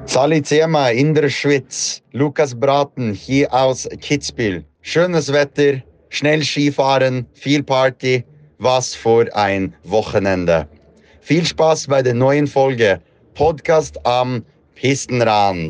Sali Zema in der Schweiz, Lukas Braten hier aus Kitzbühel. Schönes Wetter, schnell Skifahren, viel Party, was für ein Wochenende. Viel Spaß bei der neuen Folge Podcast am Pistenrand.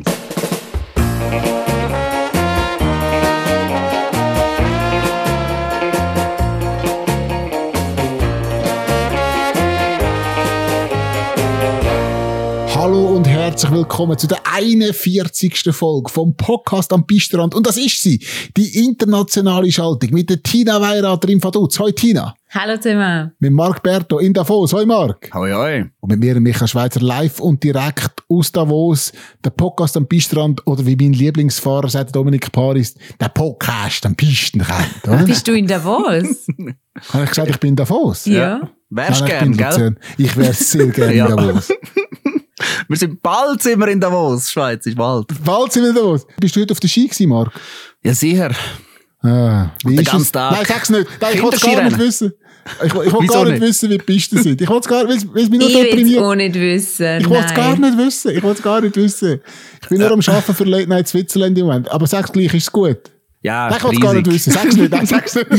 Hallo und herzlich willkommen zu der 41. Folge vom Podcast am Pistenrand. Und das ist sie, die internationale Schaltung mit der Tina Weirater im Vaduz. Hoi Tina. Hallo zusammen. Mit Marc Berto in Davos. Hoi Marc. Hoi hoi. Und mit mir, Michael Schweizer, live und direkt aus Davos. Der Podcast am Pistenrand oder wie mein Lieblingsfahrer sagt Dominik Paris, der Podcast am Pistenrand. Oder? Bist du in Davos? Habe ich gesagt, ich bin in Davos? Ja. Wärst Nein, gern, gell? Ich wäre sehr gerne Ja. in Davos. Bald sind wir in Davos, Schweiz ist bald. Bald sind wir in Davos. Bist du heute auf der Ski gewesen, Marc? Ja, sicher. Ah, wie Den ist ganzen es? Tag. Nein, sag's nicht. Nein, ich wollte es gar nicht Kinderskirennen. wissen. Ich wollte Wieso gar nicht nicht? wissen, wie die Pisten sind. Ich wollte es gar nicht, weil es mich nur Ich will es deprimiert. auch nicht wissen. Ich wollte es gar Nein. nicht wissen. Ich wollte es gar nicht wissen. Ich bin nur am Arbeiten für Late Night Switzerland im Moment. Aber sag's gleich, ist es gut? Ja, Nein, ich wollte es gar nicht wissen. Sag's nicht. Nein, sag's nicht.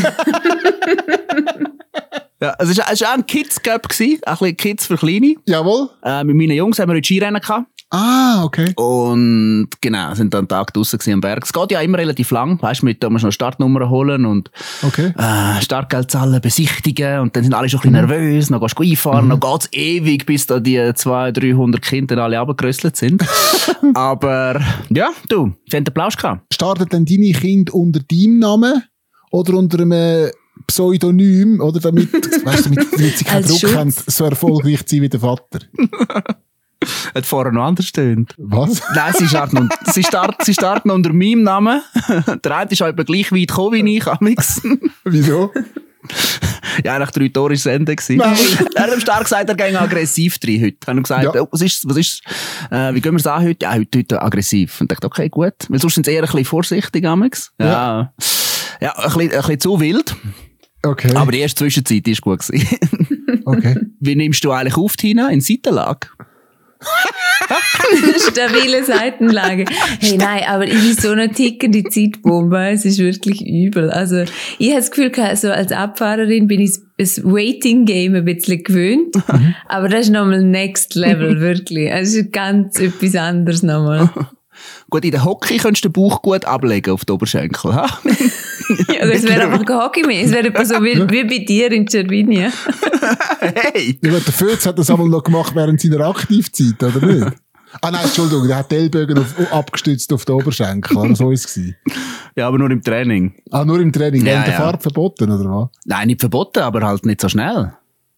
Ja, es war auch ein Kids-Cup, ein bisschen Kids für Kleine. Jawohl. Mit meinen Jungs haben wir heute Skirennen gehabt. Ah, okay. Und genau, sind dann einen Tag draussen am Berg. Es geht ja immer relativ lang. Weißt du, da musst du noch Startnummern holen und Okay. Startgeld zahlen, besichtigen. Und dann sind alle schon ein bisschen nervös. Dann gehst du einfahren. Dann geht's ewig, bis da die 200-300 Kinder dann alle runtergerösselt sind. Aber ja, du, sie haben den Plausch gehabt. Startet denn deine Kinder unter deinem Namen oder unter einem Pseudonym, oder damit, weißt du, damit sie keinen Als Druck Schutz. haben, so erfolgreich zu sein wie der Vater? Hat vorher noch anders gestöhnt. Was? Nein, sie starten unter meinem Namen. Der eine ist etwa gleich weit gekommen wie ich, amix. Wieso? Ja, nach 3 Toren war das Ende gewesen. Er hat am Start gesagt, er ging aggressiv rein heute. Haben gesagt, Ja. oh, was ist, wie gehen wir es an heute? Ja, heute aggressiv. Und ich dachte, okay, gut. Weil sonst sind sie eher ein bisschen vorsichtig, amix. Ja, ein bisschen zu wild. Okay. Aber die erste Zwischenzeit war gut gewesen. Okay. Wie nimmst du eigentlich auf, Tina? In Seitenlage? Stabile Seitenlage. Hey, nein, aber ich bin so eine tickende Zeitbombe. Es ist wirklich übel. Also, ich habe das Gefühl, so als Abfahrerin bin ich das Waiting-Game ein bisschen gewöhnt. Aber das ist nochmal Next Level, wirklich. Also, es ist ganz etwas anderes nochmal. Gut, in der Hockey könntest du den Bauch gut ablegen auf die Oberschenkel. Ha? Ja, es wäre einfach kein Hockey mehr. Es wäre etwa so wie bei dir in Cervinia. Hey! Ja, gut, der Fötz hat das einmal noch gemacht während seiner Aktivzeit, oder nicht? Ah nein, Entschuldigung, der hat die Ellbogen abgestützt auf den Oberschenkel, oder? So ist es gewesen. Ja, aber nur im Training. Ah, nur im Training, Ja, während der ja. Fahrt verboten, oder was? Nein, nicht verboten, aber halt nicht so schnell.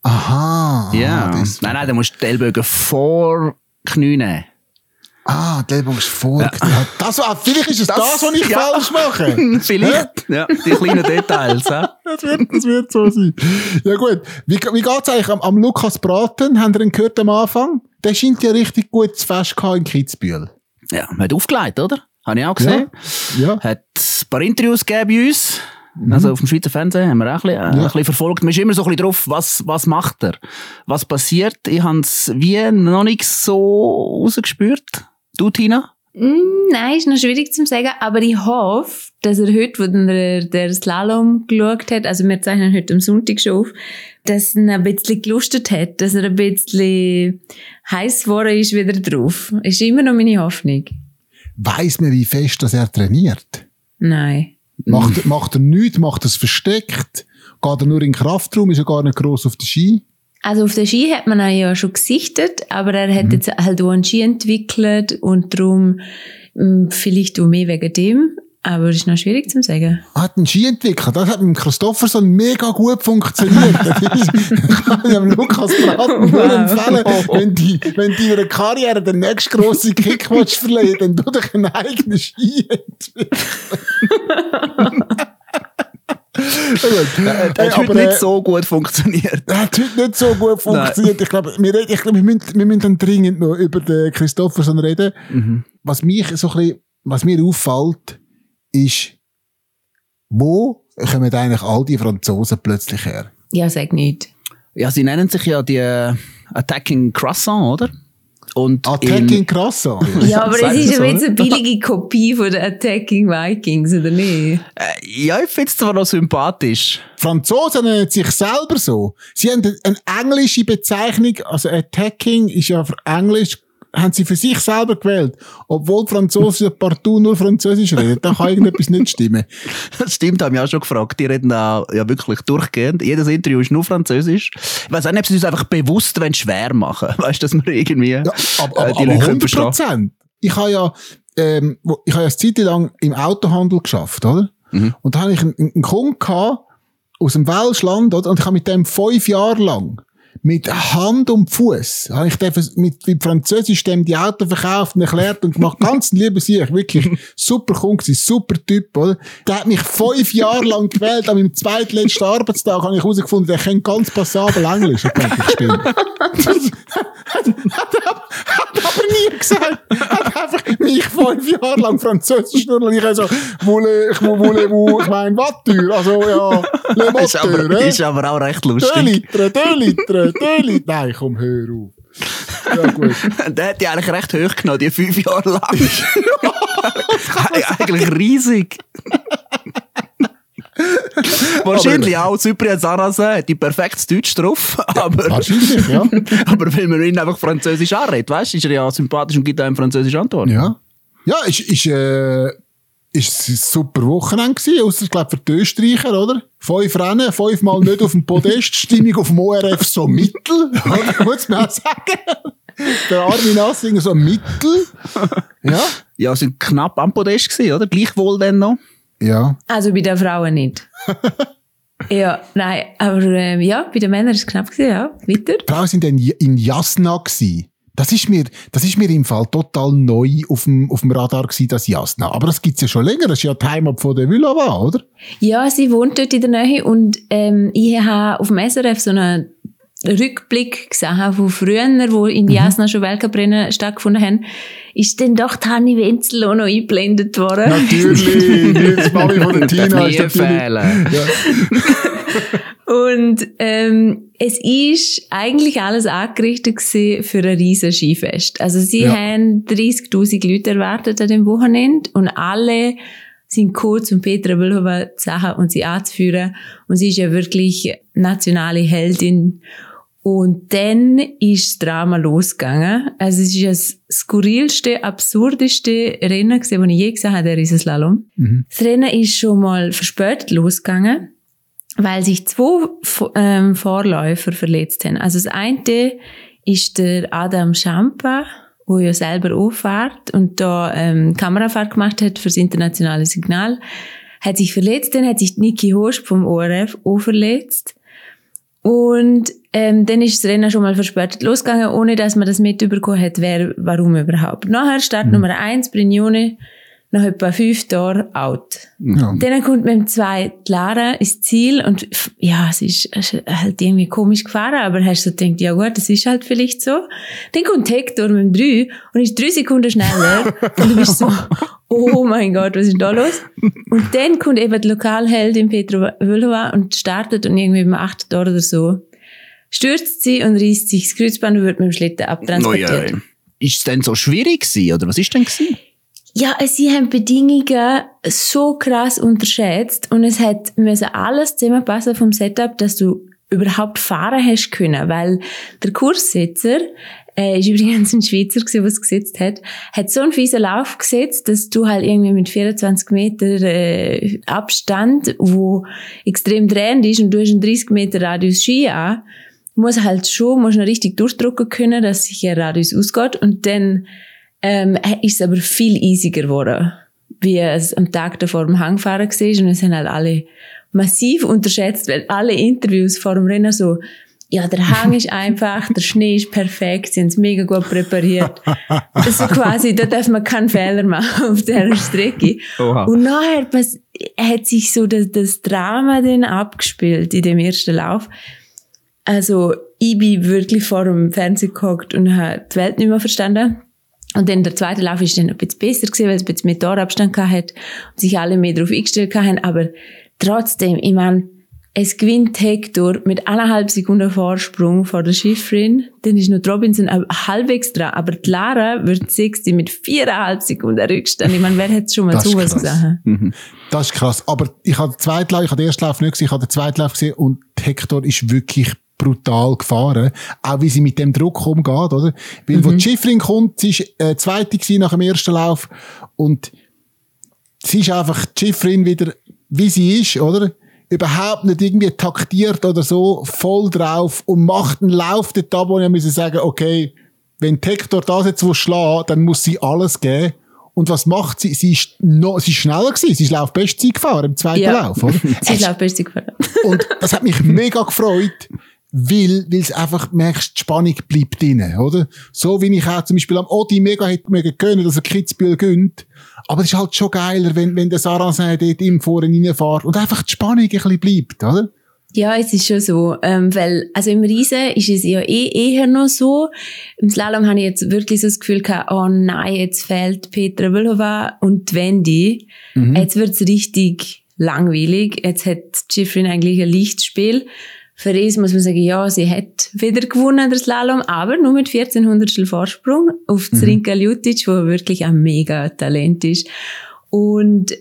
Aha. Ja. Das, Nein, dann musst du die Ellbogen vor Knie nehmen. der Ellbogen ist vor. Ja. Vielleicht ist es das, was ich ja. falsch mache. Vielleicht. Ja, die kleinen Details. Ja. Das wird so sein. Ja gut. Wie geht's eigentlich am Lukas Braten? Habt ihr ihn gehört am Anfang? Der scheint ja richtig gut zu Fest gehabt in Kitzbühel. Ja, hat aufgelegt, oder? Habe ich auch gesehen. Ja. Hat ein paar Interviews gegeben bei uns. Also auf dem Schweizer Fernsehen haben wir auch ein bisschen verfolgt. Man ist immer so ein bisschen drauf, was macht er? Was passiert? Ich habe es wie noch nicht so rausgespürt. Du, Tina? Nein, ist noch schwierig zu sagen, aber ich hoffe, dass er heute, wo der Slalom geschaut hat, also wir zeichnen heute am Sonntag schon auf, dass er ein bisschen gelustet hat, dass er ein bisschen heiß geworden ist wieder drauf. Ist immer noch meine Hoffnung. Weiss man, wie fest dass er trainiert? Nein. Macht er nichts? Macht er es versteckt? Geht er nur in den Kraftraum? Ist er gar nicht gross auf der Ski? Also auf der Ski hat man ihn ja schon gesichtet, aber er hat jetzt halt auch einen Ski entwickelt und darum vielleicht auch mehr wegen dem. Aber es ist noch schwierig zu sagen. Hat einen Ski entwickelt. Das hat mit dem Christofferson mega gut funktioniert. Das kann ich dem Lukas Braten nur empfehlen. Wenn die in einer Karriere den nächsten grossen Kick verleihen, dann tu dich einen eigenen Ski entwickeln. Hat heute nicht so gut funktioniert. Hat heute nicht so gut funktioniert. Ich glaube, wir müssen dann dringend noch über den Christofferson reden. Was mir auffällt, ist, wo kommen eigentlich all die Franzosen plötzlich her? Ja, sag nicht. Ja, sie nennen sich ja die Attacking Croissant, oder? Und Attacking Croissant. Ja, aber es ist ja jetzt eine billige Kopie von den Attacking Vikings, oder nicht? Ja, ich finde es zwar noch sympathisch. Franzosen nennen sich selber so. Sie haben eine englische Bezeichnung, also Attacking ist ja für Englisch, haben sie für sich selber gewählt. Obwohl die Franzosen partout nur Französisch reden. Dann kann irgendetwas nicht stimmen. Das stimmt, haben wir auch schon gefragt. Die reden da ja wirklich durchgehend. Jedes Interview ist nur Französisch. Ich weiss auch nicht, ob sie uns einfach bewusst schwer machen. Weißt du, dass wir irgendwie Ja, aber die Leute 100%. Ich habe ja eine Zeit lang im Autohandel geschafft, oder? Mhm. Und da habe ich einen Kunden gehabt, aus dem Welschland, oder? Und ich habe mit dem 5 Jahre lang mit Hand und Fuß habe ich mit Französisch dem die Auto verkauft und erklärt und gemacht. Ganz liebe Sieg, wirklich super Kunde, super Typ, oder? Der hat mich 5 Jahre lang gewählt, aber im zweitletzten Arbeitstag habe ich herausgefunden, der kennt ganz passabel Englisch. Ich denke, das stimmt. Hat aber nie gesagt. Hat einfach mich 5 Jahre lang Französisch nur und ich so, ich meine, Voiture, also ja, le moteur, ist aber auch recht lustig. 2 Liter. Nein, komm, hör auf. Ja, gut. Der hat die eigentlich recht hoch genommen, die 5 Jahre lang. Eigentlich riesig. Wahrscheinlich auch Cyprien Sarrazin hat die perfektes Deutsch drauf. Aber, wahrscheinlich, ja. Aber weil man ihn einfach Französisch anredet, weißt du, ist er ja sympathisch und gibt einem französische Antwort. Ja. Ja, ist ein super Wochenende gewesen, ausser, ich glaube, für die Österreicher, oder? 5 Rennen, 5-mal nicht auf dem Podest, Stimmung auf dem ORF so mittel, muss man auch sagen. Der Armin Assinger so mittel. Ja. Ja, sind knapp am Podest gewesen, oder? Gleichwohl dann noch. Ja. Also bei den Frauen nicht. Ja, nein, aber ja, bei den Männern ist es knapp gewesen, ja. Weiter. Die Frauen sind dann in Jasna gewesen. Das ist mir im Fall total neu auf dem Radar gewesen, das Jasna. Aber das gibt's ja schon länger. Das ist ja die Heimat von der Villava, oder? Ja, sie wohnt dort in der Nähe und ich habe auf dem SRF so einen Rückblick gesehen von früher, wo in Jasna schon Weltcuprennen stattgefunden haben, ist dann doch Hanni Wenzel auch noch eingeblendet worden. Natürlich, das Mami von der Tina ist natürlich. Ja. Und es ist eigentlich alles angerichtet gewesen für ein riesen Skifest. Also sie haben 30'000 Leute erwartet an dem Wochenende und alle sind kurz um Petra Vlhova zu sagen und sie anzuführen. Und sie ist ja wirklich nationale Heldin. Und dann ist das Drama losgegangen. Also es ist das skurrilste, absurdeste Rennen gewesen, das ich je gesehen habe, der Riesenslalom. Mhm. Das Rennen ist schon mal verspätet losgegangen, weil sich 2 Vorläufer verletzt haben. Also das eine ist der Adam Champa, der ja selber auch fährt und da Kamerafahrt gemacht hat für das internationale Signal, hat sich verletzt. Dann hat sich Niki Hosp vom ORF auch verletzt. Und dann ist das Rennen schon mal verspätet losgegangen, ohne dass man das mitbekommen hat, warum überhaupt. Nachher Start Nummer 1, Brignone, nach etwa 5 Tagen out. Ja. Dann kommt mit dem 2 die Lara ins Ziel und ja, es ist halt irgendwie komisch gefahren, aber hast du so gedacht, ja gut, das ist halt vielleicht so. Dann kommt Hector mit dem 3 und ist 3 Sekunden schneller und du bist so, oh mein Gott, was ist da los? Und dann kommt eben die Lokalheldin Petra Vlhova und startet und irgendwie beim 8 Tor oder so stürzt sie und reißt sich das Kreuzband und wird mit dem Schlitten abtransportiert. Oh ja. Ist es denn so schwierig gewesen, oder was ist denn gewesen? Ja, sie haben Bedingungen so krass unterschätzt und es müssen alles zusammenpassen vom Setup, dass du überhaupt fahren hast können, weil der Kurssetzer, ist übrigens ein Schweizer gewesen, was gesetzt hat so einen fiesen Lauf gesetzt, dass du halt irgendwie mit 24 Meter Abstand, wo extrem drehend ist und du hast einen 30 Meter Radius Ski an, musst noch richtig durchdrücken können, dass sich ein Radius ausgeht und dann ist es aber viel easier geworden, wie es am Tag davor im Hangfahren war. Und es haben halt alle massiv unterschätzt, weil alle Interviews vor dem Rennen so, ja, der Hang ist einfach, der Schnee ist perfekt, sie haben es mega gut präpariert. Also quasi, da darf man keinen Fehler machen auf dieser Strecke. Oha. Und nachher hat sich so das Drama dann abgespielt in dem ersten Lauf. Also, ich bin wirklich vor dem Fernsehen gehockt und habe die Welt nicht mehr verstanden. Und dann der zweite Lauf ist dann ein bisschen besser gewesen, weil es ein bisschen mehr Torabstand hatte und sich alle mehr darauf eingestellt haben. Aber trotzdem, ich meine, Es gewinnt Hector mit 1,5 Sekunden Vorsprung vor der Schifferin. Dann ist noch Robinson halbwegs dran. Aber die Lara wird 6. mit 4,5 Sekunden Rückstand. Ich meine, wer hätte schon mal sowas gesagt? Das ist krass. Aber ich habe den ersten Lauf nicht gesehen, ich habe den zweiten Lauf gesehen und Hector ist wirklich brutal gefahren. Auch wie sie mit dem Druck umgeht, oder? Weil, wo die Schifferin kommt, sie war Zweite nach dem ersten Lauf und sie ist einfach die Schifferin wieder, wie sie ist, oder? Überhaupt nicht irgendwie taktiert oder so, voll drauf und macht einen Lauf dort ab, wo ich müssen sagen, okay, wenn Hector das jetzt schlagen, dann muss sie alles geben. Und was macht sie? Sie ist schneller gewesen. Sie ist Laufbestzeit gefahren im zweiten Lauf, oder? Sie ist Laufbestzeit gefahren. Und das hat mich mega gefreut, weil es einfach, merkst, die Spannung bleibt drin, oder? So wie ich auch zum Beispiel am Odi mega hätte mögen können, dass er Kitzbühel gönnt. Aber es ist halt schon geiler, wenn der Sarrazin dort im Vorne reinfährt und einfach die Spannung ein bisschen bleibt, oder? Ja, es ist schon so, weil, also im Riesen ist es ja eher noch so. Im Slalom habe ich jetzt wirklich so das Gefühl gehabt, oh nein, jetzt fehlt Petra Vlhova und Wendy. Jetzt wird's richtig langweilig. Jetzt hat Schifferin eigentlich ein Lichtspiel. Für uns muss man sagen, ja, sie hat wieder gewonnen, der Slalom, aber nur mit 1400 Vorsprung auf Zrinka Ljutic, wo wirklich ein mega Talent ist. Und,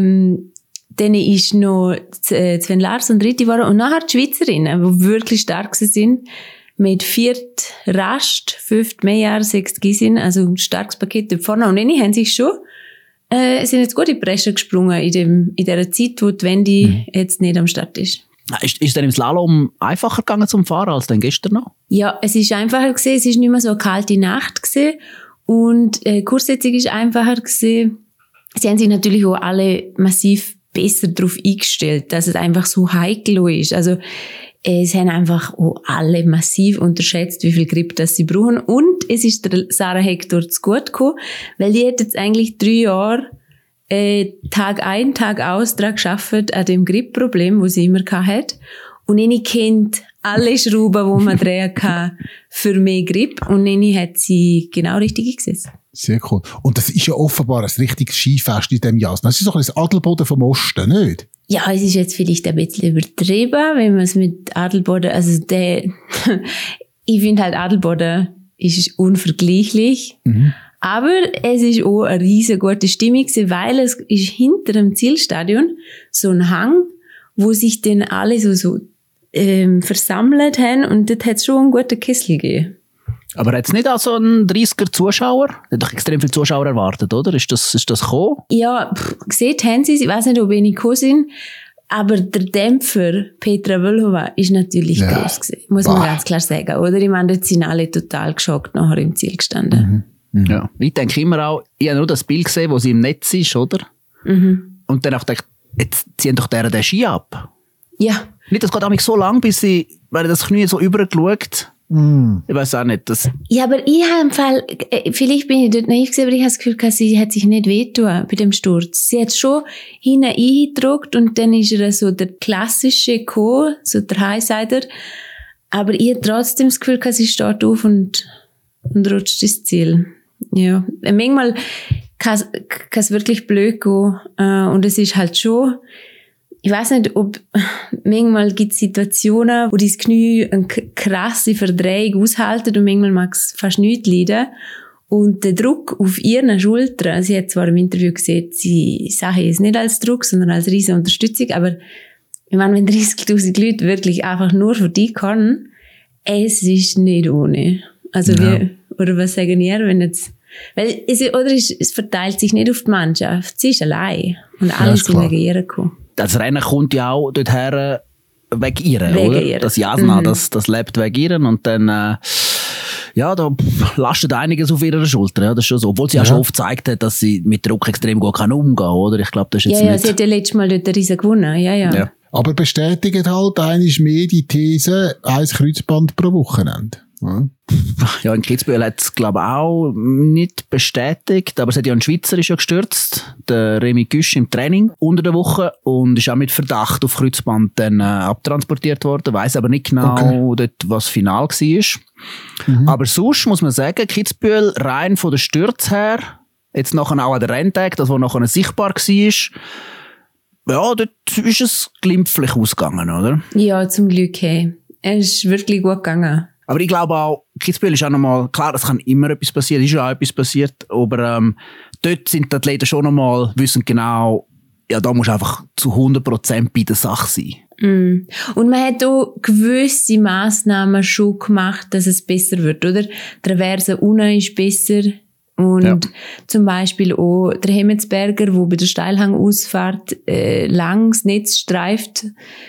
dann ist noch Sven Larsson dritte geworden und nachher die Schweizerinnen, die wirklich stark sind, mit 4. Rast, 5. Meyer, 6. Gisin, also ein starkes Paket dort vorne. Und dann haben sich schon, sind jetzt gut in die Bresche gesprungen in dieser Zeit, wo die Wendy jetzt nicht am Start ist. Ist es denn im Slalom einfacher gegangen zum Fahren als denn gestern noch? Ja, es ist einfacher gewesen, es ist nicht mehr so eine kalte Nacht gewesen und die Kurssetzung ist einfacher gewesen. Sie haben sich natürlich auch alle massiv besser darauf eingestellt, dass es einfach so heikel ist. Also es haben einfach auch alle massiv unterschätzt, wie viel Grip das sie brauchen. Und es ist der Sarah Hector zu gut gekommen, weil die hat jetzt eigentlich 3 Jahre Tag ein, Tag aus daran gearbeitet, an dem Grip-Problem, das sie immer hatte. Und Nini kennt alle Schrauben, die man drehen kann, für mehr Grip. Und Nini hat sie genau richtig eingesetzt. Sehr cool. Und das ist ja offenbar ein richtiges Skifest in diesem Jahr. Das ist doch ein Adelboden vom Osten, nicht? Ja, es ist jetzt vielleicht ein bisschen übertrieben, wenn man es mit Adelboden, also ich finde halt Adelboden ist unvergleichlich. Aber es ist auch eine riesen gute Stimmung, weil es ist hinter dem Zielstadion so ein Hang, wo sich dann alle so versammelt haben und dort hat es schon einen guten Kessel gegeben. Aber hat es nicht auch so einen 30er Zuschauer? Da hat doch extrem viele Zuschauer erwartet, oder? Ist das gekommen? Ja, gesehen haben sie es. Ich weiss nicht, ob wenig gekommen sind. Aber der Dämpfer, Petra Vlhova, ist natürlich gross gewesen. Muss man ganz klar sagen, oder? Ich meine, dort sind alle total geschockt nachher im Ziel gestanden. Ja. Ich denke immer auch, ich habe nur das Bild gesehen, wo sie im Netz ist, oder? Und dann auch gedacht, jetzt ziehen doch den Ski ab. Ja. Nicht, das geht auch so lang, bis sie, weil das Knie so übergeschaut. Ich weiß auch nicht. Ja, aber ich habe im Fall, vielleicht bin ich dort naiv gewesen, aber ich habe das Gefühl, sie hat sich nicht wehtun bei dem Sturz. Sie hat schon hinten eingedrückt und dann ist er so der klassische gekommen, so der Highsider. Aber ich habe trotzdem das Gefühl, sie steht auf und rutscht ins Ziel. Ja. Manchmal kann es wirklich blöd gehen. Und es ist halt schon, ich weiß nicht, ob manchmal gibt es Situationen, wo das Knie eine krasse Verdrehung aushalten und manchmal mag es fast nichts leiden. Und der Druck auf ihren Schultern, sie hat zwar im Interview gesehen, sie sagen es nicht als Druck, sondern als riesige Unterstützung, aber ich meine, wenn 30.000 Leute wirklich einfach nur für dich kann, es ist nicht ohne. Also oder was sagen ihr, wenn jetzt, weil es verteilt sich nicht auf die Mannschaft, sie ist allein und alle sind wegen ihr gekommen. Das Rennen kommt ja auch dorthin wegen ihr, oder? Ihr. Das Jasna, das lebt wegen ihr und dann, da lastet einiges auf ihrer Schulter, ja, das ist schon so. Obwohl sie ja schon oft gezeigt hat, dass sie mit Druck extrem gut umgehen kann, oder? Ich glaube, das ist jetzt nicht... Ja, sie hat ja letztes Mal dort den Riesen gewonnen, ja. Aber bestätigt halt eigentlich mehr die These, 1 Kreuzband pro Wochenende. Ja, in Kitzbühel hat es, glaube ich, auch nicht bestätigt, aber es hat ja einen Schweizer ist ja gestürzt, der Remy Güsch im Training unter der Woche und ist auch mit Verdacht auf Kreuzband dann abtransportiert worden, weiss aber nicht genau, dort, was final war. Aber sonst muss man sagen, Kitzbühel rein von der Stürze her, jetzt nachher auch an der Renntag, das, was nachher sichtbar war, Ja, dort ist es glimpflich ausgegangen, oder? Ja, zum Glück, hey. Es ist wirklich gut gegangen. Aber ich glaube auch, Kitzbühel ist auch nochmal, klar, es kann immer etwas passieren, ist ja auch etwas passiert, aber dort sind die Athleten schon nochmal, wissen genau, ja, da musst du einfach zu 100% bei der Sache sein. Mm. Und man hat auch gewisse Massnahmen schon gemacht, dass es besser wird, oder? Der Verse unten ist besser. Und zum Beispiel auch der Hemmetsberger, der bei der Steilhangausfahrt langs Netz streift.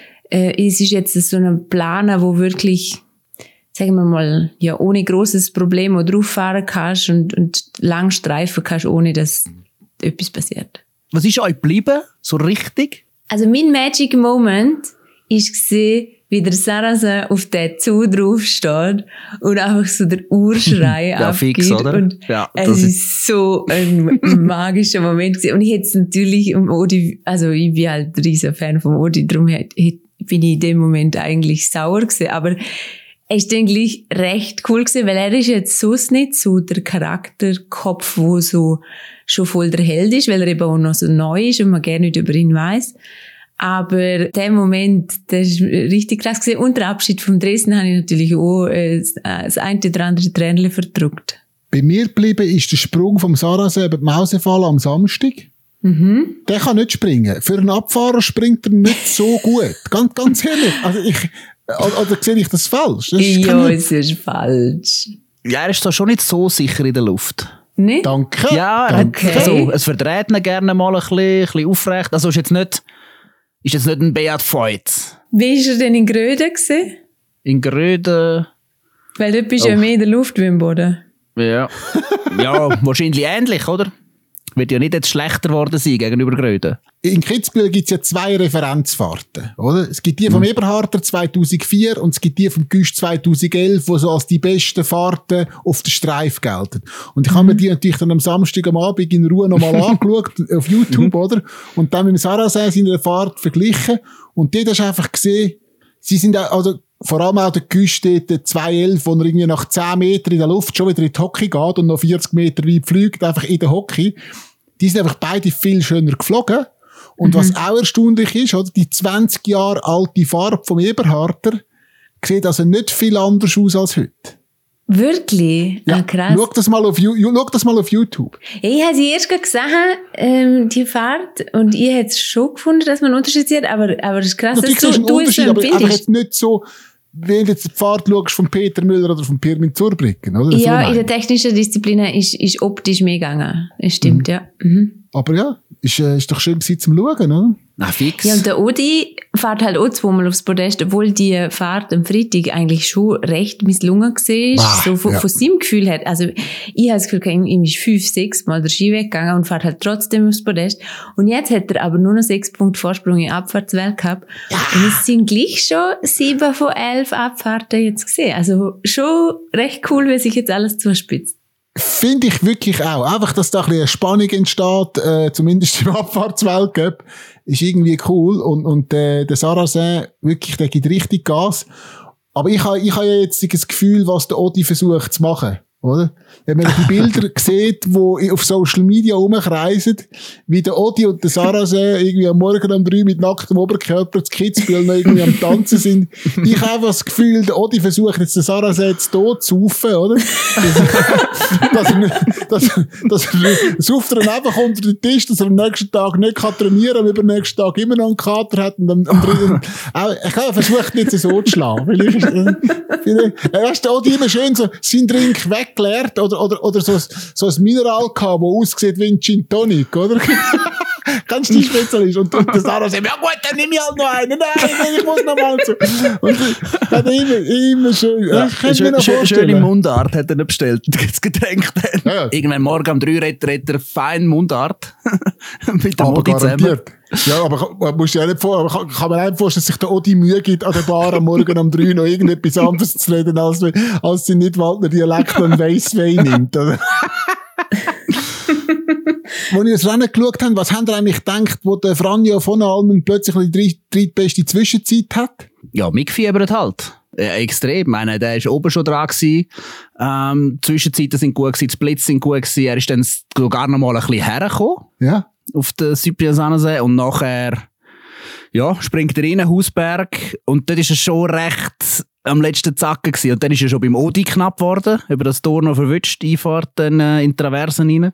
Es ist jetzt so ein Planer, wo wirklich, sagen wir mal, ja, ohne grosses Problem drauf fahren kannst und lang streifen kannst, ohne dass etwas passiert. Was ist euch geblieben? So richtig? Also mein Magic Moment ist gesehen, wie der Sarrazin auf den Zoo draufsteht und einfach so der Urschrei ja, abgeht. fix, oder? Und ja, es ist so ein magischer Moment gewesen. Und ich hätte es natürlich Odi, also ich bin halt ein riesen Fan vom Odi, darum bin ich in dem Moment eigentlich sauer gewesen. Aber es ist eigentlich recht cool gewesen, weil er ist jetzt so nicht so der Charakterkopf, wo so schon voll der Held ist, weil er eben auch noch so neu ist und man gerne nicht über ihn weiss. Aber der Moment, der ist richtig krass gewesen. Und der Abschied vom Dresden habe ich natürlich auch das eine oder andere Tränchen verdrückt. Bei mir geblieben ist der Sprung vom Sarrazin über die Mausefalle am Samstag. Mhm. Der kann nicht springen. Für einen Abfahrer springt er nicht so gut. Ganz ehrlich. Also oder sehe ich das falsch? Das ist ja, es ist falsch. Ja, er ist da schon nicht so sicher in der Luft. Nicht? Danke. Ja, Danke. Also, es verdreht ihn gerne mal ein bisschen aufrecht. Also ist jetzt nicht ein Beat Feuz. Wie war er denn in Gröden gewesen? In Gröden. Weil dort bist du ja mehr in der Luft wie im Boden. Ja. Ja, wahrscheinlich ähnlich, oder? Wird ja nicht jetzt schlechter worden sein gegenüber Gröden. In Kitzbühel gibt es ja 2 Referenzfahrten, oder? Es gibt die vom Eberharter 2004 und es gibt die vom Güst 2011, die so als die besten Fahrten auf der Streif gelten. Und ich habe mir die natürlich dann am Samstag am Abend in Ruhe nochmal angeschaut, auf YouTube, oder? Und dann mit dem Sarrazin seiner Fahrt verglichen. Und dort hast du einfach gesehen, sie sind auch, also vor allem auch der Güst dort 2.11, wo er irgendwie nach 10 Metern in der Luft schon wieder in die Hockey geht und noch 40 Meter weit fliegt, einfach in der Hockey. Die sind einfach beide viel schöner geflogen. Und was auch erstaunlich ist, oder, die 20 Jahre alte Farbe vom Eberharter sieht also nicht viel anders aus als heute. Wirklich? Ja, ah, krass. schau das mal auf YouTube. Ja, ich habe sie erst gesehen, die Fahrt, und ich hätte es schon gefunden, dass man einen Unterschied sieht, aber es ist krass, Natürlich dass ist ein du es so Unterschied, aber empfindest. jetzt nicht so, wenn du jetzt die Fahrt schaust von Peter Müller oder von Pirmin Zurbrücken, oder? Ja, so in der technischen Disziplin ist optisch mehr gegangen. Das stimmt, ja. Mhm. Aber ja, ist doch schön gewesen zum Schauen, oder? Na, fix. Ja, und der Odi fährt halt auch zweimal aufs Podest, obwohl die Fahrt am Freitag eigentlich schon recht misslungen war, so von seinem Gefühl her. Also, ich habe das Gefühl, ihm ist 5-6 Mal der Ski weggegangen und fährt halt trotzdem aufs Podest. Und jetzt hat er aber nur noch 6 Punkte Vorsprung im Abfahrtsweltcup. Ja. Und es sind gleich schon 7 von 11 Abfahrten jetzt gesehen. Also, schon recht cool, wie sich jetzt alles zuspitzt. Finde ich wirklich auch. Einfach, dass da ein bisschen eine Spannung entsteht, zumindest im Abfahrtsweltcup, ist irgendwie cool. Und der Sarrazin, wirklich, der gibt richtig Gas. Aber ich habe ja jetzt das Gefühl, was der Odi versucht zu machen, oder? Wenn man die Bilder sieht, die auf Social Media rumkreisen, wie der Odi und der Sarrazin irgendwie am Morgen um 3 mit nacktem Oberkörper zu Kitzbühel noch irgendwie am Tanzen sind. Ich habe das Gefühl, der Odi versucht jetzt den Sarrazin jetzt tot zu saufen, oder? dass er sauft er dann einfach unter den Tisch, dass er am nächsten Tag nicht trainieren kann, aber am nächsten Tag immer noch einen Kater hat und am dritten, ich habe versucht, nicht so zu schlagen. Weißt du, Odi immer schön so seinen Drink weggeleert oder so ein Mineral gehabt, das aussieht wie ein Gin Tonic, oder? Kannst du die Spezialist? Und der Sarah sagt, ja gut, dann nehme ich halt noch einen. Nein, ich muss noch mal zu. Und hat immer schön. Ja, schöne Mundart hat er bestellt. Das Getränk dann. Ja. Irgendwann morgen um 3 redet er fein Mundart. Mit dem Odi zusammen. Ja, aber musst du ja nicht kann man einfach vorstellen, dass sich der Odi Mühe gibt, an der Bar am Morgen um 3 noch irgendetwas anderes zu reden, als den Nidwaldner Dialekt und Weisswein nimmt, oder? Als ich das Rennen geschaut habe, was haben ihr eigentlich gedacht, wo der Franjo von Almen plötzlich die drittbeste Zwischenzeit hat? Ja, mitgefiebert halt. Extrem. Ich meine, der war oben schon dran gewesen. Zwischenzeiten sind gut gewesen, die Blitz sind gut gewesen. Er ist dann sogar noch mal ein bisschen hergekommen. Ja. Auf den Cyprien Sanasee. Und nachher ja, springt er rein, Hausberg, und dort ist er schon recht am letzten Zacken gewesen. Und dann ist er schon beim Odi knapp geworden, über das Tor noch verwünscht, Einfahrt dann in Traversen rein.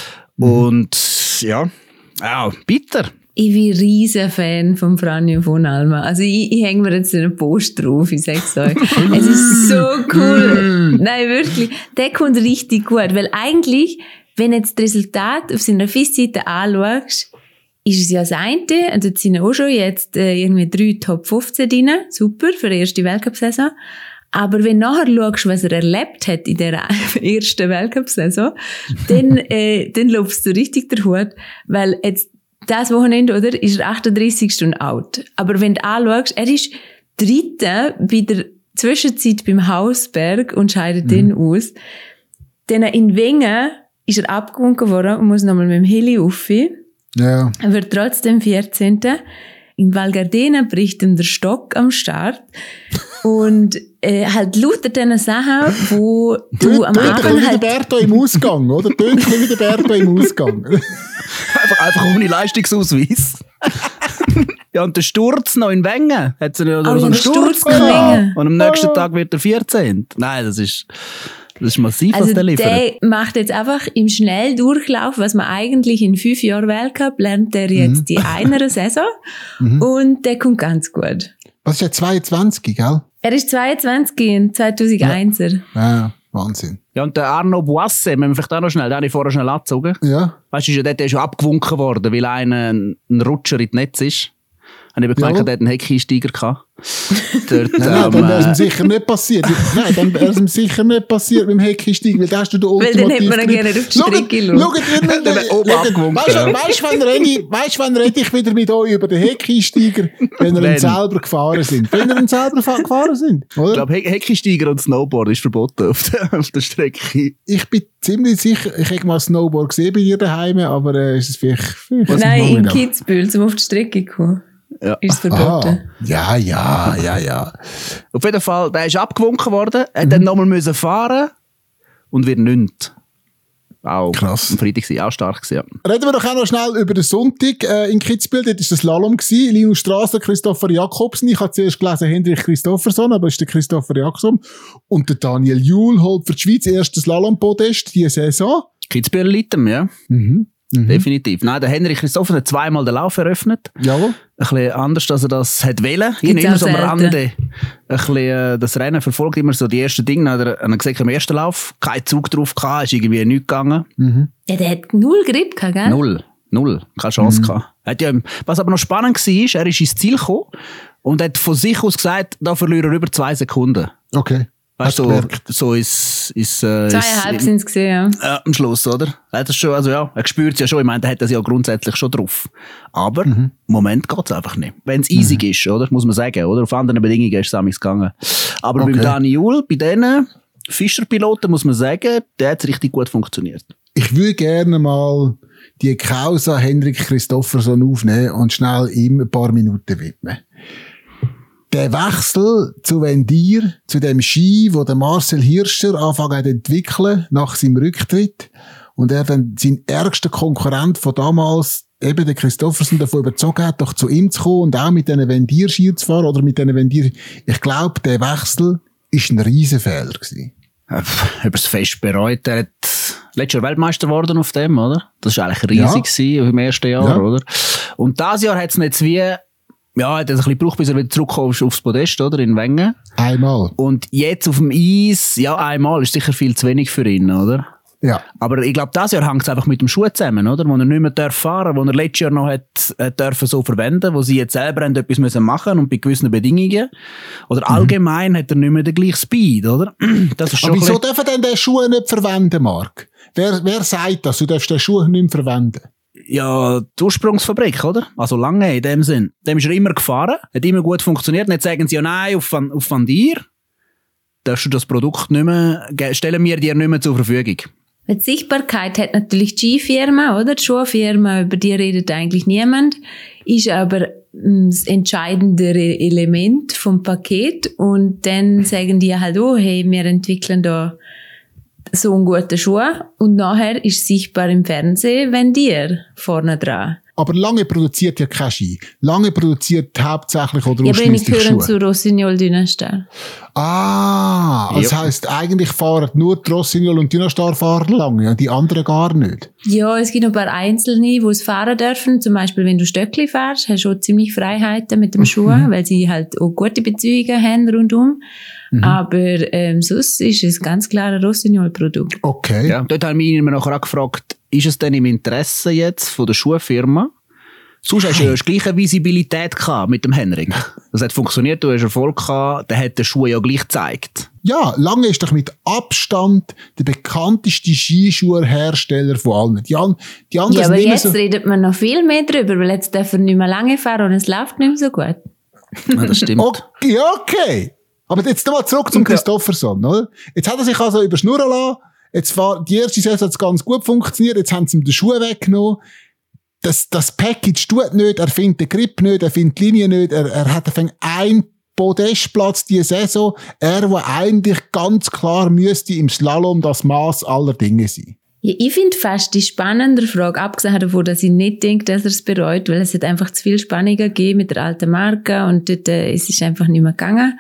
Und ja, bitter. Ich bin ein riesen Fan von Franjo von Alma. Also ich hänge mir jetzt einen Post drauf, ich sag's euch. Es ist so cool. Nein, wirklich. Der kommt richtig gut. Weil eigentlich, wenn du jetzt das Resultat auf seiner FIS-Seite anschaust, ist es ja das eine, und dort sind auch schon jetzt irgendwie 3 Top 15 drin. Super, für die erste Weltcup-Saison. Aber wenn du nachher schaust, was er erlebt hat in dieser ersten Weltcup-Saison, dann lobst du richtig den Hut, weil jetzt das Wochenende, oder, ist er 38 Stunden out. Aber wenn du anschaust, er ist Dritter bei der Zwischenzeit beim Hausberg und scheidet den aus. Dann in Wengen ist er abgewunken worden und muss nochmal mit dem Heli rauf. Ja. Er wird trotzdem 14. In Val Gardena bricht ihm der Stock am Start. Und halt lauter diese Sachen, wo du am Anfang halt... Tönt wie der Berto im Ausgang, oder? Tönt wie der Berto im Ausgang. einfach ohne Leistungsausweis. Ja, und der Sturz noch in Wengen. Hat er so einen Sturz gehabt. Und am nächsten Tag wird er 14. Nein, das ist massiv, also was der liefert. Der macht jetzt einfach im Schnelldurchlauf, was man eigentlich in 5 Jahren Weltcup lernt, der jetzt die einer Saison. Und der kommt ganz gut. Was ist der 22, gell? Er ist 22 in 2001er. Ja, Wahnsinn. Ja, und der Arnaud Boisse, wenn wir vielleicht auch noch schnell, den habe ich vorher schnell angezogen. Ja. Weißt du, der ist schon abgewunken worden, weil einer ein Rutscher in das Netz ist. Ich habe gemerkt, der hat einen Heckeinsteiger gehabt. Dort, dann wäre es ihm sicher nicht passiert. Nein, dann wäre es ihm sicher nicht passiert mit dem Heckeinsteiger, weil da hast du den Weil dann hätte man ihn gerne auf die Strecke geschaut. Weißt du, wann rede ich wieder mit euch über den Heckeinsteiger, wenn ihr ihn selber gefahren sind? Wenn ihr ihn selber gefahren sind, oder? Ich glaube, Heckeinsteiger und Snowboard ist verboten auf der Strecke. Ich bin ziemlich sicher, ich habe mal Snowboard gesehen bei dir daheim, aber ist es vielleicht Nein, in Kitzbühel, um auf die Strecke zu kommen. Ja. Ist es verboten. Ja. Auf jeden Fall, der ist abgewunken worden, hat dann nochmal fahren und wird nicht. Auch krass. Am Freitag war auch stark. Ja. Reden wir doch auch noch schnell über den Sonntag in Kitzbühel. Dort war das Slalom. Linus Strasser, Christopher Jakobsen. Ich habe zuerst gelesen Hendrik Christofferson, aber es ist der Christopher Jakobsen. Und der Daniel Juhl holt für die Schweiz erstes Slalom-Podest diese Saison. Kitzbühel Litem, ja. Definitiv. Nein, der Hendrik Christophersen hat 2-mal den Lauf eröffnet. Jawohl. Ein bisschen anders, als er das hat wollen. Ich habe immer so am Rande ein bisschen, das Rennen verfolgt, immer so die ersten Dinge. Dann hat er gesagt, im ersten Lauf kein Zug drauf gehabt, ist irgendwie nichts gegangen. Ja, der hat 0 Grip gehabt, gell? Null. Keine Chance gehabt. Was aber noch spannend war, er ist ins Ziel gekommen und hat von sich aus gesagt, da verliere er über 2 Sekunden. Okay. Weißt du, so ist 2,5 sind es gesehen, ja. Am Schluss, oder? Er hat das schon, also ja, er spürt es ja schon. Ich meine, er hat das ja grundsätzlich schon drauf. Aber im Moment geht es einfach nicht. Wenn es easy ist, oder? Muss man sagen, oder? Auf anderen Bedingungen ist es amigs gegangen. Aber beim Daniel, bei diesen Fischer-Piloten muss man sagen, der hat es richtig gut funktioniert. Ich würde gerne mal die Causa Hendrik Christofferson aufnehmen und schnell ihm ein paar Minuten widmen. Der Wechsel zu Vendir, zu dem Ski, wo der Marcel Hirscher anfangen zu entwickeln, nach seinem Rücktritt, und er dann seinen ärgsten Konkurrent von damals, eben den Christoffersen, davon überzogen hat, doch zu ihm zu kommen und auch mit diesen Vendir-Ski zu fahren, oder mit diesen Vendir. Ich glaube, der Wechsel ist ein Riesenfehler gewesen. Über das Fest bereut. Er hat letztes Jahr Weltmeister geworden auf dem, oder? Das war eigentlich riesig im ersten Jahr, oder? Und dieses Jahr hat es nicht wie, ja, hat er ein bisschen gebraucht, bis er wieder zurückkommt aufs Podest, oder? In Wengen. Einmal. Und jetzt auf dem Eis, ja, einmal ist sicher viel zu wenig für ihn, oder? Ja. Aber ich glaube, dieses Jahr hängt es einfach mit dem Schuh zusammen, oder? Wo er nicht mehr fahren darf, wo er letztes Jahr noch hat dürfen so verwenden, wo sie jetzt selber etwas machen müssen und bei gewissen Bedingungen. Oder allgemein hat er nicht mehr den gleichen Speed, oder? Das ist schon. Aber wieso dürfen denn den Schuh nicht verwenden, Marc? Wer sagt das? Du darfst den Schuh nicht mehr verwenden? Ja, die Ursprungsfabrik, oder? Also lange in dem Sinn. Dem ist er immer gefahren, hat immer gut funktioniert. Und jetzt sagen sie ja, nein, auf Van Dir darfst du das Produkt nicht mehr, stellen wir dir nicht mehr zur Verfügung. Die Sichtbarkeit hat natürlich die Skifirma, oder? Die Schuhfirma, über die redet eigentlich niemand, ist aber das entscheidendere Element vom Paket. Und dann sagen die halt, oh, hey, wir entwickeln da so einen guten Schuh. Und nachher ist sichtbar im Fernsehen, wenn dir vorne dran. Aber Lange produziert ja kein Ski. Lange produziert hauptsächlich oder ausschließlich Schuhe. Ja, aber wir gehören zu Rossignol Dynastar. Das heisst, eigentlich fahren nur die Rossignol und Dynastar fahren Lange, die anderen gar nicht. Ja, es gibt noch ein paar Einzelne, die es fahren dürfen. Zum Beispiel, wenn du Stöckli fährst, hast du auch ziemlich Freiheiten mit dem Schuh, weil sie halt auch gute Beziehungen haben rundum. Aber sonst ist es ganz klar ein Rossignol-Produkt. Okay. Ja, dort haben wir ihn nachher auch gefragt, ist es denn im Interesse jetzt von der Schuhfirma? Sonst hast du ja die gleiche Visibilität gehabt mit dem Henrik. Das hat funktioniert, du hast Erfolg gehabt, der hat den Schuh ja gleich gezeigt. Ja, Lange ist doch mit Abstand der bekannteste Skischuhhersteller von allen. Die anderen ja, aber jetzt redet man noch viel mehr drüber, weil jetzt dürfen wir nicht mehr lange fahren und es läuft nicht mehr so gut. Ja, das stimmt. Okay. Aber jetzt nochmal zurück zum Christofferson, oder? Jetzt hat er sich also überschnurren lassen. Die erste Saison hat es ganz gut funktioniert. Jetzt haben sie ihm den Schuh weggenommen. Das Package tut nicht. Er findet den Grip nicht. Er findet die Linie nicht. Er hat einen Podestplatz diese Saison. Der eigentlich ganz klar müsste im Slalom das Maß aller Dinge sein. Ja, ich finde fast die spannendere Frage, abgesehen davon, dass ich nicht denke, dass er es bereut, weil es hat einfach zu viel Spannung gegeben mit der alten Marke und dort es ist einfach nicht mehr gegangen.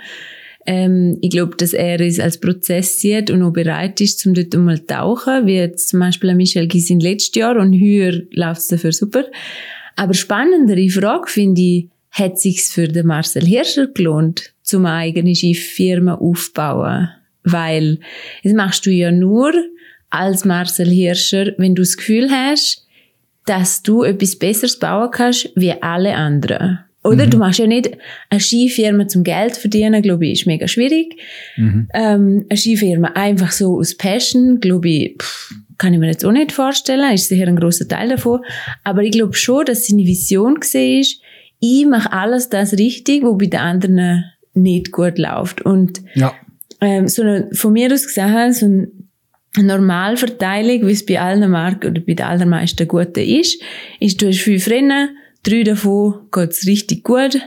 Ich glaube, dass er es als Prozess sieht und auch bereit ist, um dort einmal zu tauchen, wie jetzt zum Beispiel Michel Gysin letztes Jahr und heuer läuft es dafür super. Aber spannendere Frage finde ich, hat es sich für den Marcel Hirscher gelohnt, zum eigene Skifirma aufzubauen? Weil, das machst du ja nur als Marcel Hirscher, wenn du das Gefühl hast, dass du etwas Besseres bauen kannst wie alle anderen. Oder? Du machst ja nicht eine Skifirma zum Geld verdienen, glaube ich, ist mega schwierig. Eine Skifirma einfach so aus Passion, glaube ich, kann ich mir jetzt auch nicht vorstellen, ist sicher ein grosser Teil davon. Aber ich glaube schon, dass seine Vision war, ich mache alles das richtig, was bei den anderen nicht gut läuft. Und von mir aus gesehen, so eine Normalverteilung, wie es bei allen Marken oder bei den allermeisten Guten ist, du hast 5 Rennen, 3 davon geht's richtig gut,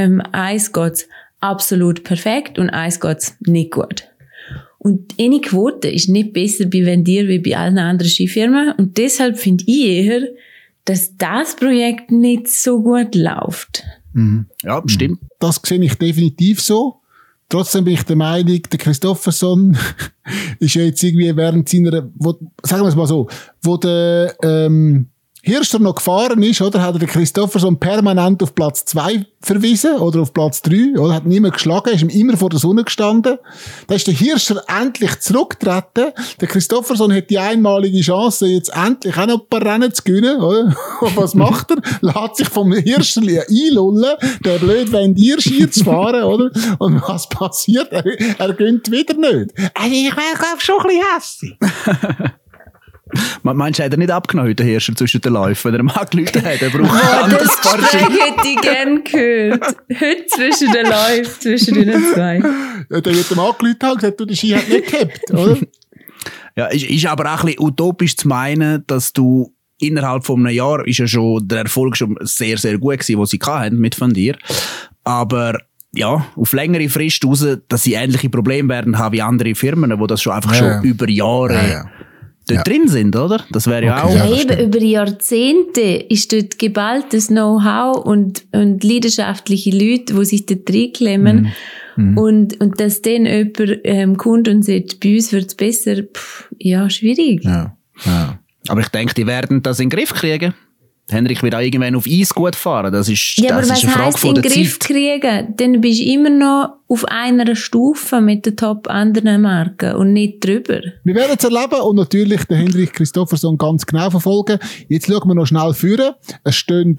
1 geht's absolut perfekt und 1 geht's nicht gut. Und eine Quote ist nicht besser bei Vendir wie bei allen anderen Skifirmen und deshalb finde ich eher, dass das Projekt nicht so gut läuft. Ja, stimmt. Das sehe ich definitiv so. Trotzdem bin ich der Meinung, der Christofferson ist ja jetzt irgendwie während seiner, sagen wir es mal so, wo der Hirscher noch gefahren ist, oder, hat er den Christofferson permanent auf Platz 2 verwiesen, oder auf Platz 3, oder, hat niemand geschlagen, ist ihm immer vor der Sonne gestanden. Da ist der Hirscher endlich zurückgetreten. Der Christofferson hat die einmalige Chance, jetzt endlich auch noch ein paar Rennen zu gewinnen, oder? Und was macht er? Lässt sich vom Hirscher einlullen, der blöd Vendir-Ski zu fahren, oder? Und was passiert? Er gönnt wieder nicht. Ich wäre schon ein bisschen hässlich. Meinst du, hat er nicht abgenommen heute, der Hirscher, zwischen den Läufen, wenn er mal gelitten hat? Er braucht das Gespräch hätte ich gern gehört. Heute zwischen den Läufen, zwischen den zwei. Ja, der wird ihm angerufen und gesagt, du, der Ski hat nicht gehabt, oder? Ja, ist aber auch ein bisschen utopisch zu meinen, dass du innerhalb von einem Jahr, ist ja schon der Erfolg schon sehr, sehr gut gewesen, den sie hatten mit Vendir. Aber ja, auf längere Frist raus, dass sie ähnliche Probleme werden haben wie andere Firmen, die das schon einfach schon über Jahre dort drin sind, oder? Das wäre ja auch... Ja, eben, über Jahrzehnte ist dort geballtes Know-how und leidenschaftliche Leute, die sich dort reinklemmen. Und dass dann jemand kommt und sagt, bei uns wird es besser, schwierig. Ja. Aber ich denke, die werden das in den Griff kriegen. Henrik wird auch irgendwann auf Eis gut fahren. Das ist, ja, das aber ist was eine Frage heisst in von den der Griff Zeit. kriegen? Dann bist du immer noch auf einer Stufe mit den top anderen Marken und nicht drüber. Wir werden es erleben und natürlich den Henrik Christofferson ganz genau verfolgen. Jetzt schauen wir noch schnell führen. Es stehen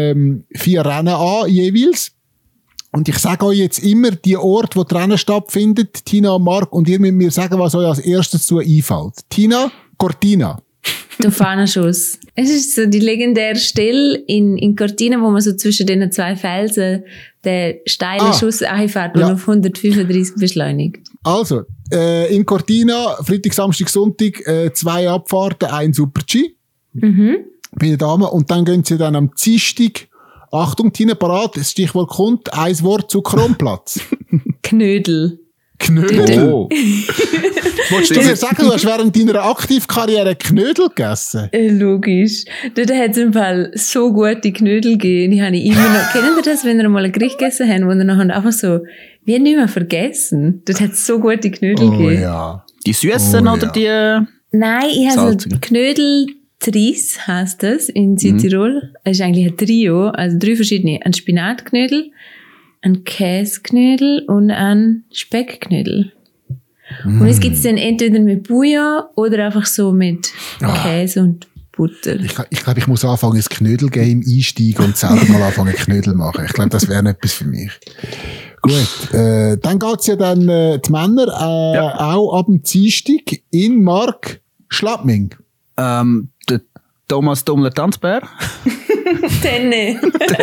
4 Rennen an jeweils. Und ich sage euch jetzt immer die Orte, wo die Rennen stattfindet, Tina, Marc, und ihr müsst mir sagen, was euch als erstes dazu einfällt. Tina, Cortina. Der Fahnenschuss. Es ist so die legendäre Stelle in Cortina, wo man so zwischen den 2 Felsen den steilen Schuss einfährt und auf 135 beschleunigt. Also, in Cortina, Freitag, Samstag, Sonntag, 2 Abfahrten, 1 Super-G. Bei den Damen. Und dann gehen sie dann am Dienstag, Achtung, Tina, parat, das Stichwort kommt, 1 Wort zu Kronplatz. Knödel. Knödel. Oh. Wolltest du mir sagen, du hast während deiner Aktivkarriere Knödel gegessen? Logisch. Dort hat es im Fall so gute Knödel gegeben. Die habe ich immer noch... Kennen ihr das, wenn ihr mal ein Gericht gegessen habt, wo ihr nachher einfach so... wie nicht mehr vergessen? Dort hat es so gute Knödel gegeben. Ja. Die Süßen oder die... Nein, ich habe so Knödel... Tris heisst das in Südtirol. Es ist eigentlich ein Trio, also 3 verschiedene. Ein Spinatknödel, ein Käseknödel und ein Speckknödel. Und es gibt es dann entweder mit Bouillon oder einfach so mit Käse und Butter. Ich glaube, ich muss anfangen, ins Knödel-Game einsteigen und selber mal anfangen, Knödel machen. Ich glaube, das wäre etwas für mich. Gut, dann geht's ja dann die Männer auch ab dem Dienstag in Mark Schlappming. Der Thomas Dummler-Tanzbär. Tenne.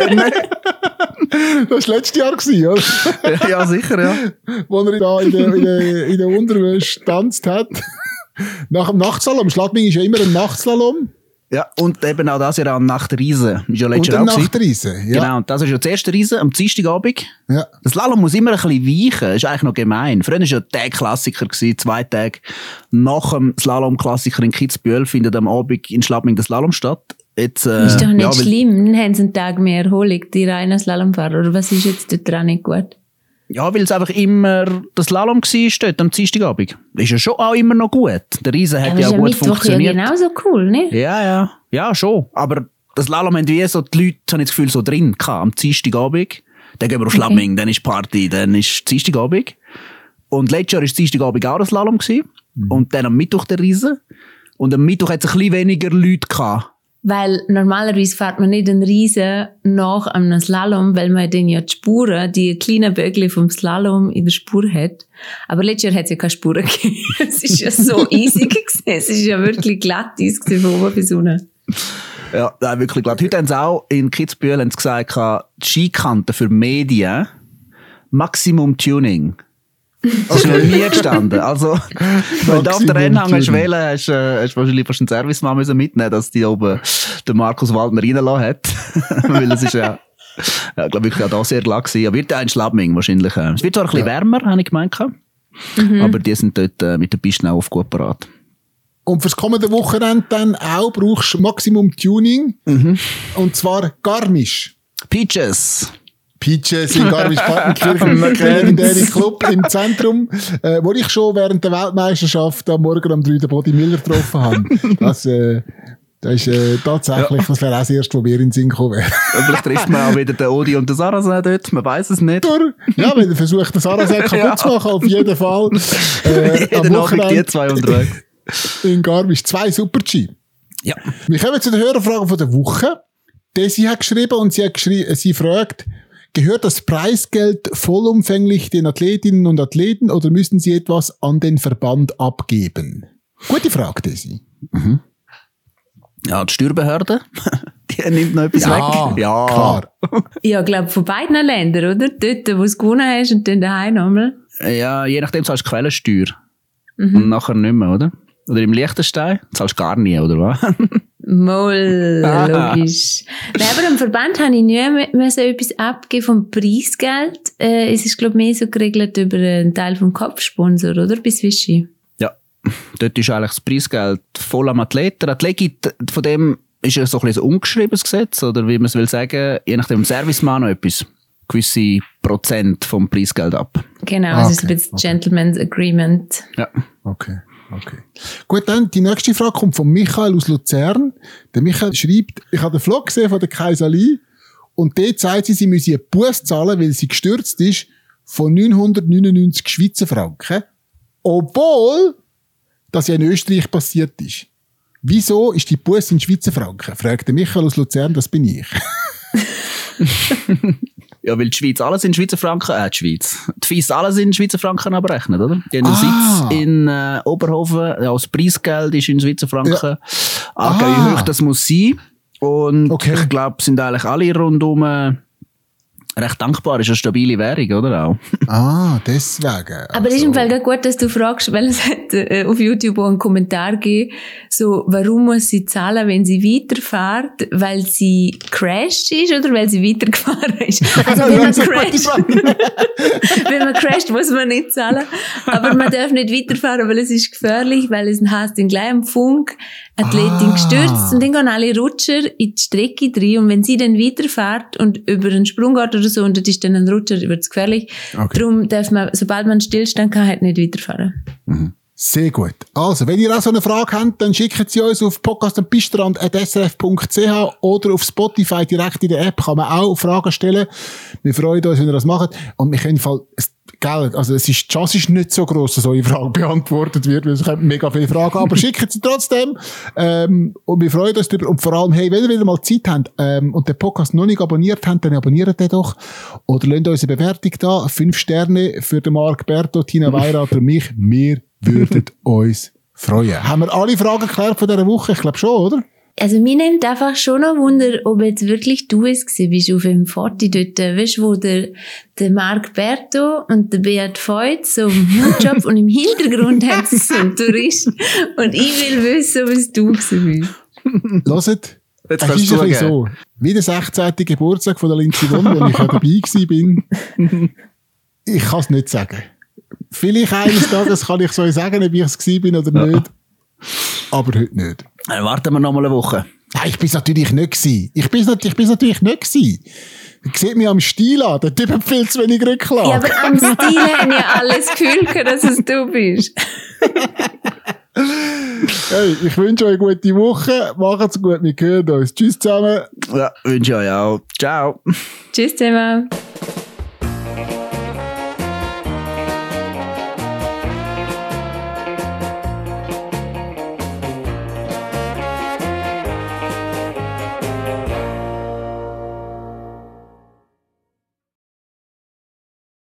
Das war letztes Jahr, oder? Ja, sicher, ja. Wo er da in der Unterwäsche getanzt hat. Nach dem Nachtslalom. Schlappming ist ja immer ein Nachtslalom. Ja, und eben auch das Jahr an Nacht Riesen. Ist ja letztes Und Jahr Nacht Riesen, ja. Genau, und das ist ja das erste Riesen am Dienstagabend. Ja. Das Slalom muss immer ein bisschen weichen. Das ist eigentlich noch gemein. Früher war ja der Klassiker, 2 Tage nach dem Slalom-Klassiker in Kitzbühel findet am Abend in Schlappming der Slalom statt. Jetzt, Ist doch nicht schlimm, dann haben sie einen Tag mehr Erholung, die reinen Slalomfahrer. Oder was ist jetzt dort dran nicht gut? Ja, weil es einfach immer das Slalom war dort am Dienstagabend. Ist ja schon auch immer noch gut. Der Riesen hat ja auch gut funktioniert. Ja, genauso cool, ne? Ja. Ja, schon. Aber das Slalom haben wie so die Leute, habe ich das Gefühl, so drin gehabt, am Dienstagabend. Dann gehen wir auf Schlappming, dann ist Party, dann ist Dienstagabend. Und letztes Jahr war Dienstagabend auch das Slalom gewesen. Und dann am Mittwoch der Riesen. Und am Mittwoch hat es ein bisschen weniger Leute gehabt. Weil normalerweise fährt man nicht einen Riesen nach einem Slalom, weil man dann ja die Spuren, die kleinen Böckchen vom Slalom in der Spur hat. Aber letztes Jahr hat es ja keine Spuren gegeben. Es ist ja so easy gewesen. Es ist ja wirklich glatt von oben bis unten. Ja, nein, wirklich glatt. Heute haben sie auch in Kitzbühel haben sie gesagt, die Skikante für Medien, Maximum Tuning. Das ist noch nie gestanden. Also, wenn du auf der Rennhang hast wählen, hast du wahrscheinlich fast einen Servicemann mitnehmen, dass die oben den Markus Waldner reingelassen hat. Weil es ist ja, glaube ich, auch da sehr glatt gewesen. Ja, wird ja ein Schlappming wahrscheinlich. Es wird zwar ein bisschen wärmer, habe ich gemeint. Aber die sind dort mit der Piste auch auf gut parat. Und fürs kommende Wochenende dann auch brauchst du Maximum Tuning. Und zwar Garmisch. Peaches in Garmisch-Partenkirchen, ein legendärer Club im Zentrum, wo ich schon während der Weltmeisterschaft am Morgen um 3 den Body Miller getroffen habe. Das ist tatsächlich, das wäre auch das Erste, wo wir in den Sinn gekommen wären. Vielleicht trifft man auch wieder den Odi und den Sarrazin dort, man weiß es nicht. Ja, wenn er versucht, den Sarrazin kaputt zu machen, auf jeden Fall. Jeden Abend die 2 unterwegs. In Garmisch, 2 Super-G. Ja. Wir kommen zu der Hörerfrage von der Woche. Desi hat geschrieben und sie fragt, gehört das Preisgeld vollumfänglich den Athletinnen und Athleten oder müssen sie etwas an den Verband abgeben? Gute Frage, Desi. Ja, die Steuerbehörde, die nimmt noch etwas weg. Ja, klar. Ja, ich glaube, von beiden Ländern, oder? Dort, wo du es gewonnen hast und dann daheim nochmal. Ja, je nachdem zahlst du Quellensteuer. Und nachher nicht mehr, oder? Oder im Liechtenstein zahlst du gar nie, oder was? Moll, logisch. Nein, aber am Verband habe ich nie etwas abgeben vom Preisgeld. Es ist, glaube ich, mehr so geregelt über einen Teil vom Kopfsponsor, oder? Bis Vichy. Ja, dort ist eigentlich das Preisgeld voll am Athlet. Der Athlet gibt, von dem ist ja so ein bisschen ein ungeschriebenes Gesetz, oder wie man es will sagen, je nachdem im Serviceman noch etwas, gewisse Prozent vom Preisgeld ab. Genau, es ist ein bisschen Gentleman's Agreement. Ja. Okay. Gut, dann die nächste Frage kommt von Michael aus Luzern. Der Michael schreibt, ich habe den Vlog gesehen von der Kaisalie und dort sagt sie müsse einen Buß zahlen, weil sie gestürzt ist von 999 Schweizer Franken, obwohl das ja in Österreich passiert ist. Wieso ist die Buß in Schweizer Franken? Fragt der Michael aus Luzern, das bin ich. Ja, weil die Schweiz alles in Schweizer Franken, die Schweiz. Die FIS alles in Schweizer Franken abrechnet, oder? Die haben einen Sitz in Oberhofen, ja, das Preisgeld ist in Schweizer Franken. Wie hoch das muss sein. Und ich glaube, sind eigentlich alle rundum recht dankbar, ist eine stabile Währung, oder auch? Deswegen. Aber es ist im Fall gar gut, dass du fragst, weil es hat auf YouTube auch einen Kommentar gegeben, so, warum muss sie zahlen, wenn sie weiterfährt, weil sie crashed ist oder weil sie weitergefahren ist? Also wenn man crasht, muss man nicht zahlen, aber man darf nicht weiterfahren, weil es ist gefährlich, weil es heisst, in gleich am Funk Athletin gestürzt und dann gehen alle Rutscher in die Strecke rein und wenn sie dann weiterfährt und über einen Sprung geht oder so und das ist dann ein Rutscher, wird es gefährlich. Okay. Darum darf man, sobald man einen Stillstand hat, nicht weiterfahren. Mhm. Sehr gut. Also, wenn ihr auch so eine Frage habt, dann schickt sie uns auf podcast@pistrand.srf.ch oder auf Spotify direkt in der App kann man auch Fragen stellen. Wir freuen uns, wenn ihr das macht. Und wir können also die Chance ist nicht so gross, dass eure Frage beantwortet wird, weil es kommen mega viele Fragen, aber schickt sie trotzdem. Und wir freuen uns darüber. Und vor allem, hey, wenn ihr wieder mal Zeit habt und den Podcast noch nicht abonniert habt, dann abonniert den doch. Oder lasst uns eine Bewertung da. 5 Sterne für den Marc Berto, Tina Weirater und mich. Wir würden uns freuen. Haben wir alle Fragen geklärt von dieser Woche? Ich glaube schon, oder? Also, mir nimmt einfach schon noch Wunder, ob jetzt wirklich du es gewesen bist auf dem Forti dort, weißt du, wo der Marc Berto und der Beat Voigt so im Hutjob und im Hintergrund hat es so einen Tourist und ich will wissen, was du gewesen bist. Hört, es ist ein bisschen so, wie der 16. Geburtstag von der Lindsay Vonn, wo ich ja dabei gewesen bin. Ich kann es nicht sagen. Vielleicht eines Tages kann ich so sagen, ob ich es gewesen bin oder nicht. Aber heute nicht. Dann warten wir noch mal eine Woche. Nein, ich bin es natürlich nicht gewesen. Ich bin natürlich nicht gewesen. Sieht mich am Stil an, der Typ hat viel zu wenig Rücklage. Ja, aber am Stil haben ja alles Gefühl gehabt, dass es du bist. Hey, ich wünsche euch eine gute Woche. Macht's gut, wir hören uns. Tschüss zusammen. Ja, wünsche euch auch. Ciao. Tschüss zusammen.